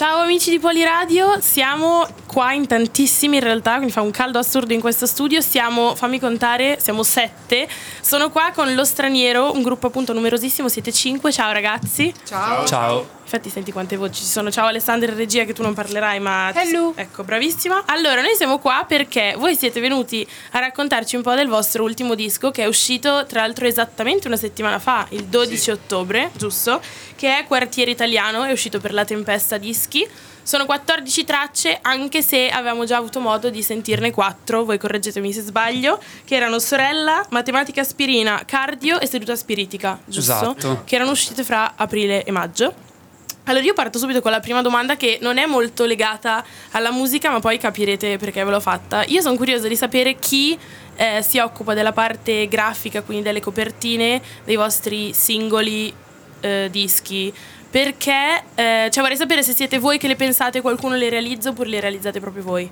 Ciao amici di Poliradio, siamo qua in tantissimi in realtà, quindi fa un caldo assurdo in questo studio. Fammi contare, siamo 7. Sono qua con Lo Straniero, un gruppo appunto numerosissimo, siete 5. Ciao ragazzi. Ciao. Ciao. Infatti senti quante voci ci sono. Ciao Alessandra in regia, che tu non parlerai, ma hello. Ecco, bravissima. Allora, noi siamo qua perché voi siete venuti a raccontarci un po' del vostro ultimo disco, che è uscito tra l'altro esattamente una settimana fa, il 12 ottobre, giusto? Che è Quartiere Italiano, è uscito per La Tempesta Dischi. Sono 14 tracce, anche se avevamo già avuto modo di sentirne 4, voi correggetemi se sbaglio, che erano Sorella, Matematica Aspirina, Cardio e Seduta Spiritica, giusto? Esatto. Che erano uscite fra aprile e maggio. Allora io parto subito con la prima domanda, che non è molto legata alla musica, ma poi capirete perché ve l'ho fatta. Io sono curiosa di sapere chi si occupa della parte grafica, quindi delle copertine dei vostri singoli dischi, perché vorrei sapere se siete voi che le pensate, qualcuno le realizza oppure le realizzate proprio voi.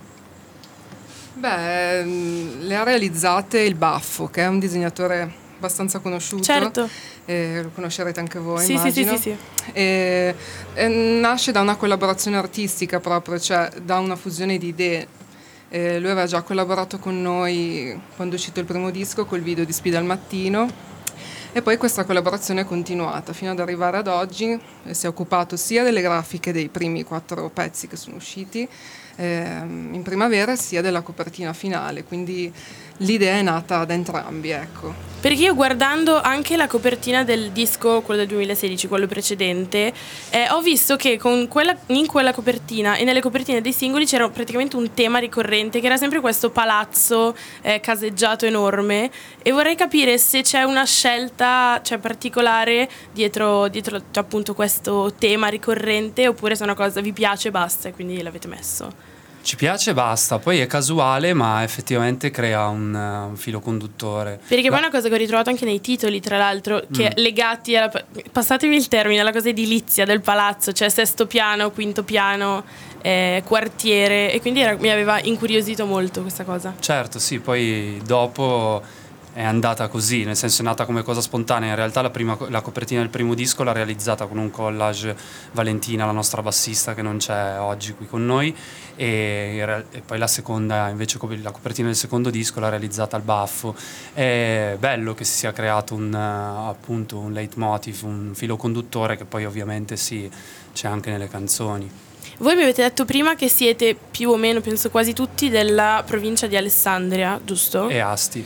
Beh, le ha realizzate il Baffo, che è un disegnatore abbastanza conosciuto. Certo. Lo conoscerete anche voi, Sì, immagino. sì. E nasce da una collaborazione artistica proprio, cioè da una fusione di idee. Lui aveva già collaborato con noi quando è uscito il primo disco col video di Spida al Mattino, e poi questa collaborazione è continuata fino ad arrivare ad oggi. Si è occupato sia delle grafiche dei primi 4 pezzi che sono usciti in primavera, sia della copertina finale, quindi l'idea è nata da entrambi, ecco. Perché io, guardando anche la copertina del disco, quello del 2016, quello precedente, ho visto che in quella copertina e nelle copertine dei singoli c'era praticamente un tema ricorrente, che era sempre questo palazzo caseggiato enorme, e vorrei capire se c'è una scelta, cioè, particolare dietro appunto questo tema ricorrente, oppure se è una cosa vi piace e basta e quindi l'avete messo. Ci piace e basta, poi è casuale ma effettivamente crea un filo conduttore. Perché poi è una cosa che ho ritrovato anche nei titoli, tra l'altro, che legati alla, passatemi il termine, alla cosa edilizia del palazzo, cioè sesto piano, quinto piano, quartiere, e quindi mi aveva incuriosito molto questa cosa. Certo, sì, poi dopo è andata così, nel senso è nata come cosa spontanea. In realtà la copertina del primo disco l'ha realizzata con un collage Valentina, la nostra bassista, che non c'è oggi qui con noi, e poi la seconda, invece, la copertina del secondo disco l'ha realizzata al Baffo. È bello che si sia creato appunto un leitmotiv, un filo conduttore che poi ovviamente sì, c'è anche nelle canzoni. Voi mi avete detto prima che siete più o meno, penso quasi tutti, della provincia di Alessandria, giusto? E Asti.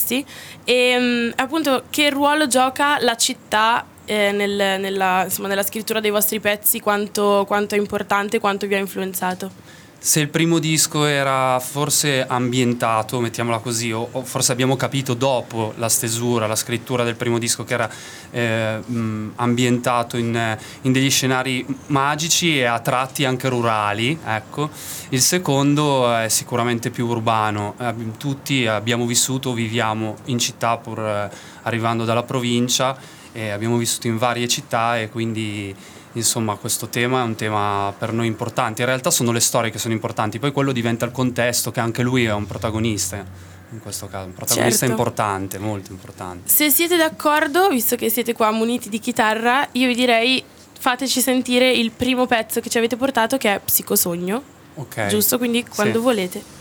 E appunto, che ruolo gioca la città nella scrittura dei vostri pezzi? Quanto è importante, quanto vi ha influenzato? Se il primo disco era forse ambientato, mettiamola così, o forse abbiamo capito dopo la stesura, la scrittura del primo disco, che era ambientato in degli scenari magici e a tratti anche rurali, ecco. Il secondo è sicuramente più urbano. Tutti abbiamo vissuto, viviamo in città pur arrivando dalla provincia, e abbiamo vissuto in varie città, e quindi insomma questo tema è un tema per noi importante. In realtà sono le storie che sono importanti, poi quello diventa il contesto, che anche lui è un protagonista, in questo caso un protagonista, certo, importante, molto importante. Se siete d'accordo, visto che siete qua muniti di chitarra, io vi direi fateci sentire il primo pezzo che ci avete portato, che è Psicosogno. Ok. Giusto? Quindi quando sì. volete.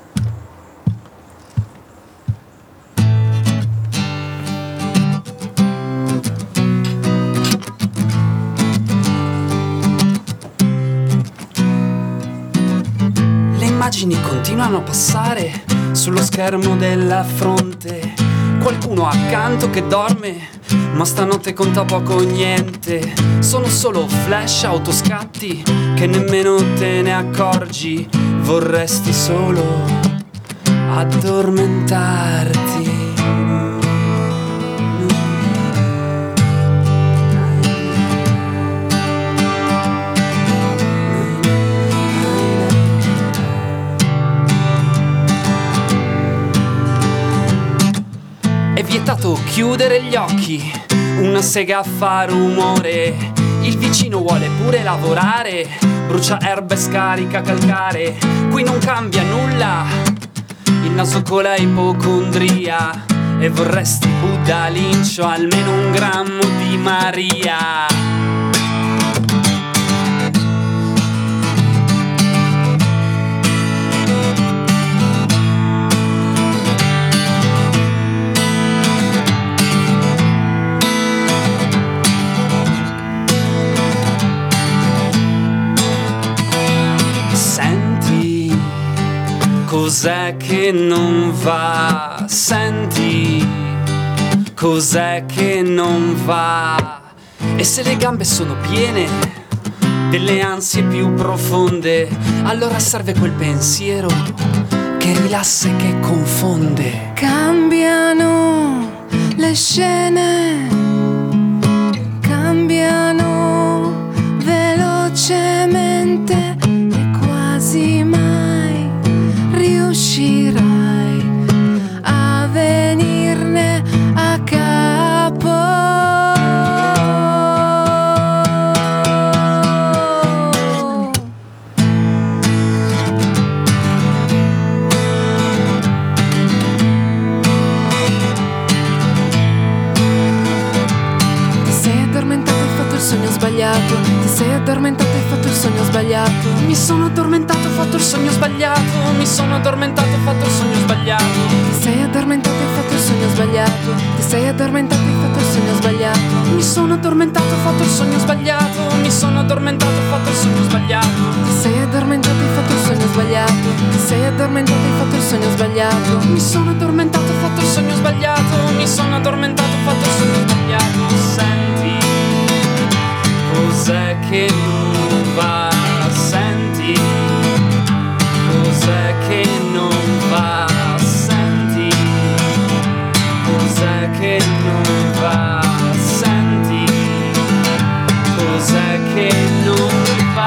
Immagini continuano a passare sullo schermo della fronte. Qualcuno accanto che dorme, ma stanotte conta poco o niente. Sono solo flash, autoscatti che nemmeno te ne accorgi. Vorresti solo addormentarti. Vietato chiudere gli occhi, una sega fa rumore, il vicino vuole pure lavorare, brucia erba e scarica calcare, qui non cambia nulla, il naso con la ipocondria, e vorresti Buddha, lincio, almeno un grammo di Maria. Cos'è che non va? Senti, cos'è che non va? E se le gambe sono piene delle ansie più profonde, allora serve quel pensiero che rilassa e che confonde. Cambiano le scene, cambiano velocemente e quasi mai riuscirai a venirne a capo. Ti sei addormentato e hai fatto il sogno sbagliato. Mi sono addormentato e ho fatto il sogno sbagliato. Mi sono addormentato e ho fatto il sogno sbagliato. Ti sei addormentato e hai fatto il sogno sbagliato. Ti sei addormentato e hai fatto il sogno sbagliato. Mi sono addormentato e ho fatto il sogno sbagliato. Mi sono addormentato e ho fatto il sogno sbagliato. Ti sei addormentato e hai fatto il sogno sbagliato. Ti sei addormentato e hai fatto il sogno sbagliato. Mi sono addormentato e ho fatto il sogno sbagliato. Mi sono addormentato e ho fatto il sogno sbagliato. Senti, cos'è che non va? Senti, cos'è che non va? Senti, cos'è che non va? Senti, cos'è che non va?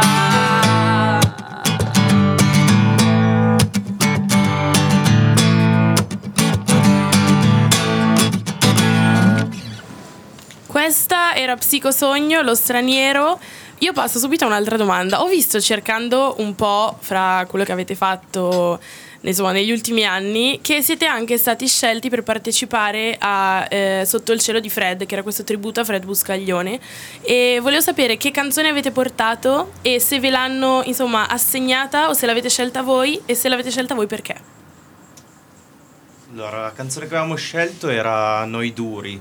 Questa era Psicosogno, Lo Straniero. Io passo subito a un'altra domanda. Ho visto, cercando un po' fra quello che avete fatto insomma, negli ultimi anni, che siete anche stati scelti per partecipare a Sotto il cielo di Fred, che era questo tributo a Fred Buscaglione, e volevo sapere che canzone avete portato e se ve l'hanno insomma assegnata o se l'avete scelta voi, e se l'avete scelta voi perché. Allora, la canzone che avevamo scelto era Noi Duri.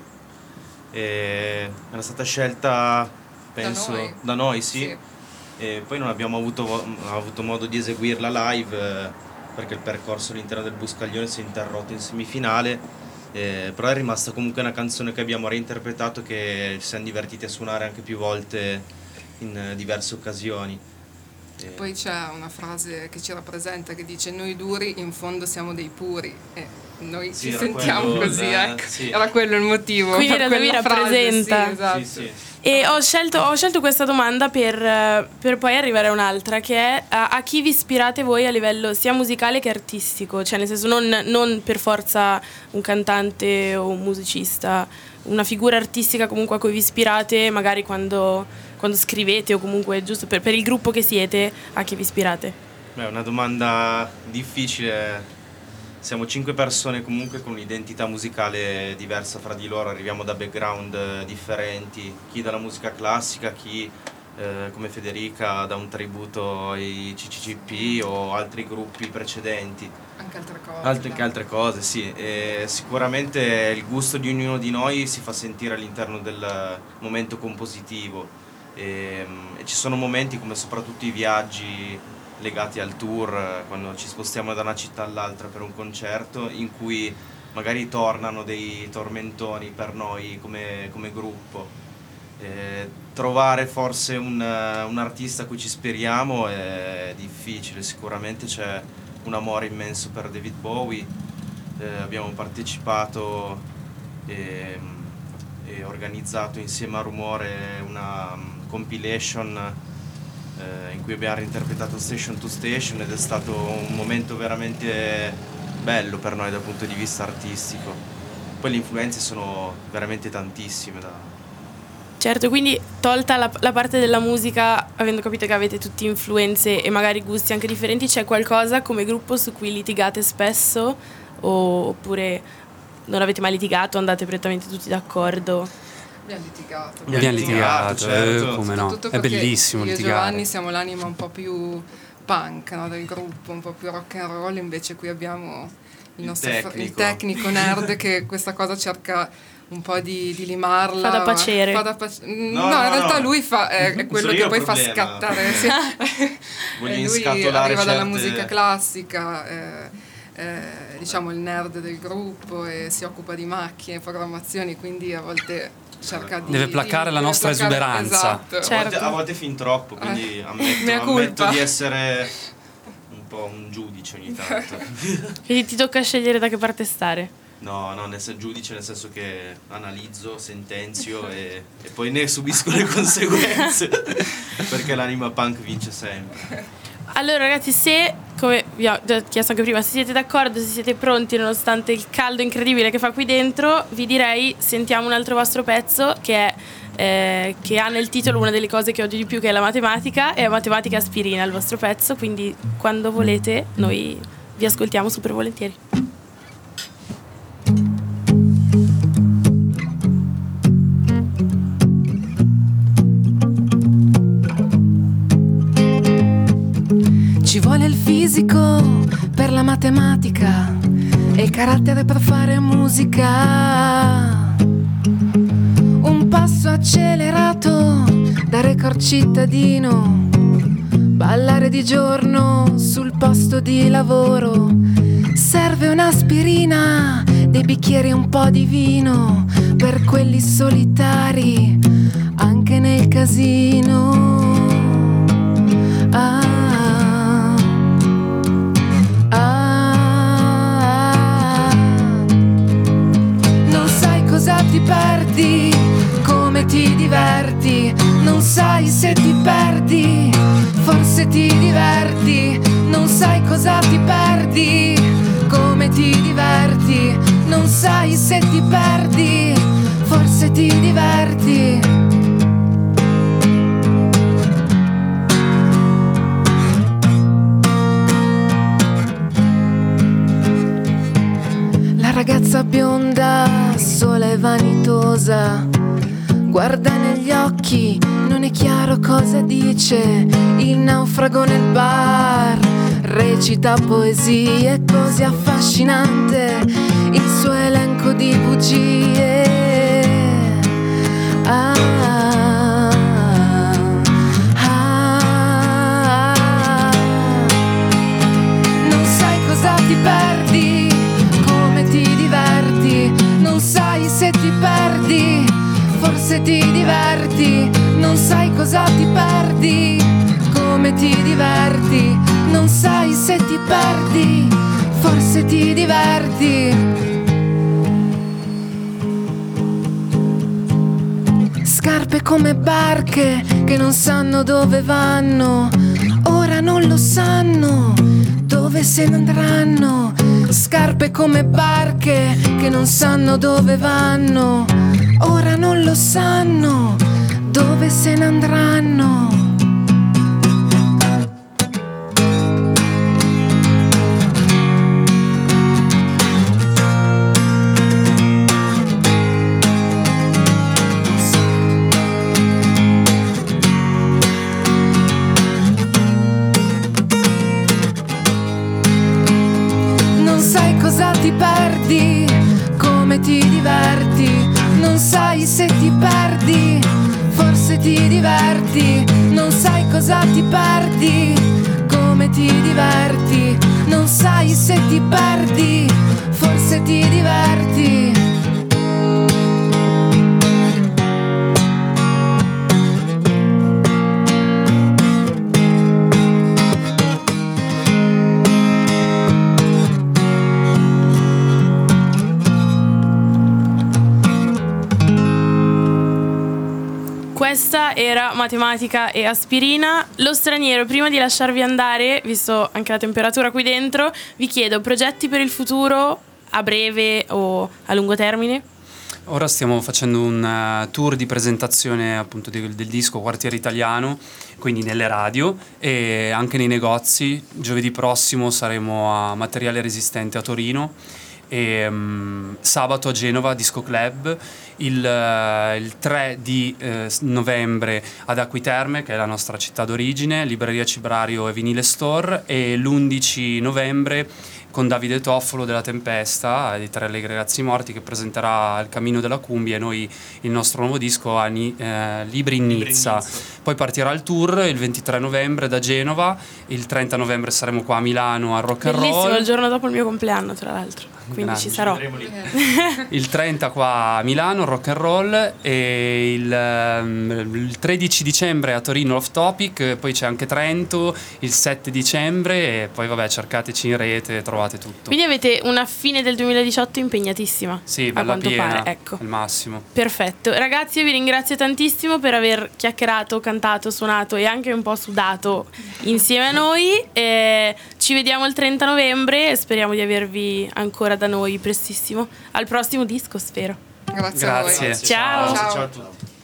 Era stata scelta, penso, da noi, sì. E poi non abbiamo avuto modo di eseguirla live perché il percorso all'interno del Buscaglione si è interrotto in semifinale, però è rimasta comunque una canzone che abbiamo reinterpretato, che ci siamo divertiti a suonare anche più volte in diverse occasioni. Poi c'è una frase che ci rappresenta che dice: noi duri in fondo siamo dei puri, e noi Sì, ci era sentiamo quello così, ecco. sì. Era quello il motivo. Quindi per era lui quella frase, rappresenta. sì, esatto. Sì, sì. E ho scelto questa domanda per poi arrivare a un'altra, che è a chi vi ispirate voi a livello sia musicale che artistico, cioè nel senso non per forza un cantante o un musicista, una figura artistica comunque a cui vi ispirate, magari quando scrivete, o comunque giusto per il gruppo che siete, a chi vi ispirate? Beh, è una domanda difficile. Siamo 5 persone comunque con un'identità musicale diversa fra di loro, arriviamo da background differenti, chi dalla musica classica, chi come Federica da un tributo ai CCCP o altri gruppi precedenti. Anche altre cose. Anche altre cose, sì. E sicuramente il gusto di ognuno di noi si fa sentire all'interno del momento compositivo. E ci sono momenti, come soprattutto i viaggi legati al tour, quando ci spostiamo da una città all'altra per un concerto, in cui magari tornano dei tormentoni per noi come gruppo. Trovare forse un artista a cui ci ispiriamo è difficile. Sicuramente c'è un amore immenso per David Bowie. Abbiamo partecipato e organizzato insieme a Rumore una compilation in cui abbiamo reinterpretato Station to Station, ed è stato un momento veramente bello per noi dal punto di vista artistico. Poi le influenze sono veramente tantissime Certo, quindi tolta la parte della musica, avendo capito che avete tutte influenze e magari gusti anche differenti, c'è qualcosa come gruppo su cui litigate spesso, oppure non avete mai litigato, andate prettamente tutti d'accordo? Abbiamo litigato, certo. Come no, è perché bellissimo io e litigare. Giovanni siamo l'anima un po' più punk, no, del gruppo, un po' più rock and roll, invece qui abbiamo il tecnico nerd che questa cosa cerca un po' di limarla. Fa da pacere. No, in realtà lui è quello che poi fa scattare. Sì. Voglio Lui inscatolare arriva dalla certe musica classica. diciamo il nerd del gruppo e si occupa di macchine, programmazioni, quindi a volte cerca di... Deve placare la nostra esuberanza. Esatto. Certo. A volte fin troppo, quindi ammetto di essere un po' un giudice ogni tanto. Quindi ti tocca scegliere da che parte stare. No, giudice nel senso che analizzo, sentenzio e poi ne subisco le conseguenze, perché l'anima punk vince sempre. Allora ragazzi, se, come vi ho già chiesto anche prima, se siete d'accordo, se siete pronti nonostante il caldo incredibile che fa qui dentro, vi direi sentiamo un altro vostro pezzo che ha nel titolo una delle cose che odio di più, che è la matematica, e matematica aspirina il vostro pezzo, quindi quando volete noi vi ascoltiamo super volentieri. Ci vuole il fisico per la matematica e il carattere per fare musica. Un passo accelerato da record cittadino, ballare di giorno sul posto di lavoro. Serve un'aspirina, dei bicchieri e un po' di vino per quelli solitari anche nel casino. Non sai cosa ti perdi, come ti diverti, non sai se ti perdi, forse ti diverti, non sai cosa ti perdi, come ti diverti, non sai se ti perdi, forse ti diverti. Ragazza bionda, sola e vanitosa, guarda negli occhi, non è chiaro cosa dice. Il naufrago nel bar recita poesie, così affascinante il suo elenco di bugie. Non sai cosa ti perdi, ti diverti, non sai se ti perdi, forse ti diverti, non sai cosa ti perdi, come ti diverti, non sai se ti perdi, forse ti diverti. Scarpe come barche che non sanno dove vanno, ora non lo sanno dove se ne andranno. Scarpe come barche che non sanno dove vanno, ora non lo sanno dove se ne andranno. Ti perdi, come ti diverti, non sai se ti perdi, forse ti diverti, non sai cosa ti perdi, come ti diverti, non sai se ti perdi, forse ti diverti. Questa era matematica e aspirina. Lo straniero, prima di lasciarvi andare, visto anche la temperatura qui dentro, vi chiedo progetti per il futuro a breve o a lungo termine? Ora stiamo facendo un tour di presentazione appunto del disco Quartiere Italiano, quindi nelle radio e anche nei negozi. Giovedì prossimo saremo a Materiale Resistente a Torino e sabato a Genova Disco Club, il 3 di novembre ad Acquiterme, che è la nostra città d'origine, Libreria Cibrario e Vinile Store, e l'11 novembre con Davide Toffolo della Tempesta, di Tre Allegri Ragazzi Morti, che presenterà Il Cammino della Cumbia e noi il nostro nuovo disco a Libri in Nizza. Poi partirà il tour il 23 novembre da Genova, il 30 novembre saremo qua a Milano al Rock and Bellissimo, Roll. il giorno dopo il mio compleanno, tra l'altro, quindi Grande. ci sarò. Il 30 qua a Milano, Rock and Roll, e il 13 dicembre a Torino Off Topic, poi c'è anche Trento il 7 dicembre e poi vabbè, cercateci in rete, trovate tutto. Quindi avete una fine del 2018 impegnatissima. Sì, a bella quanto piena, pare, ecco. il massimo. Perfetto, ragazzi, io vi ringrazio tantissimo per aver chiacchierato, cantato, suonato e anche un po' sudato insieme a noi. Ci vediamo il 30 novembre e speriamo di avervi ancora da noi prestissimo. Al prossimo disco, spero. Grazie a voi. Grazie. Ciao. Ciao a tutti.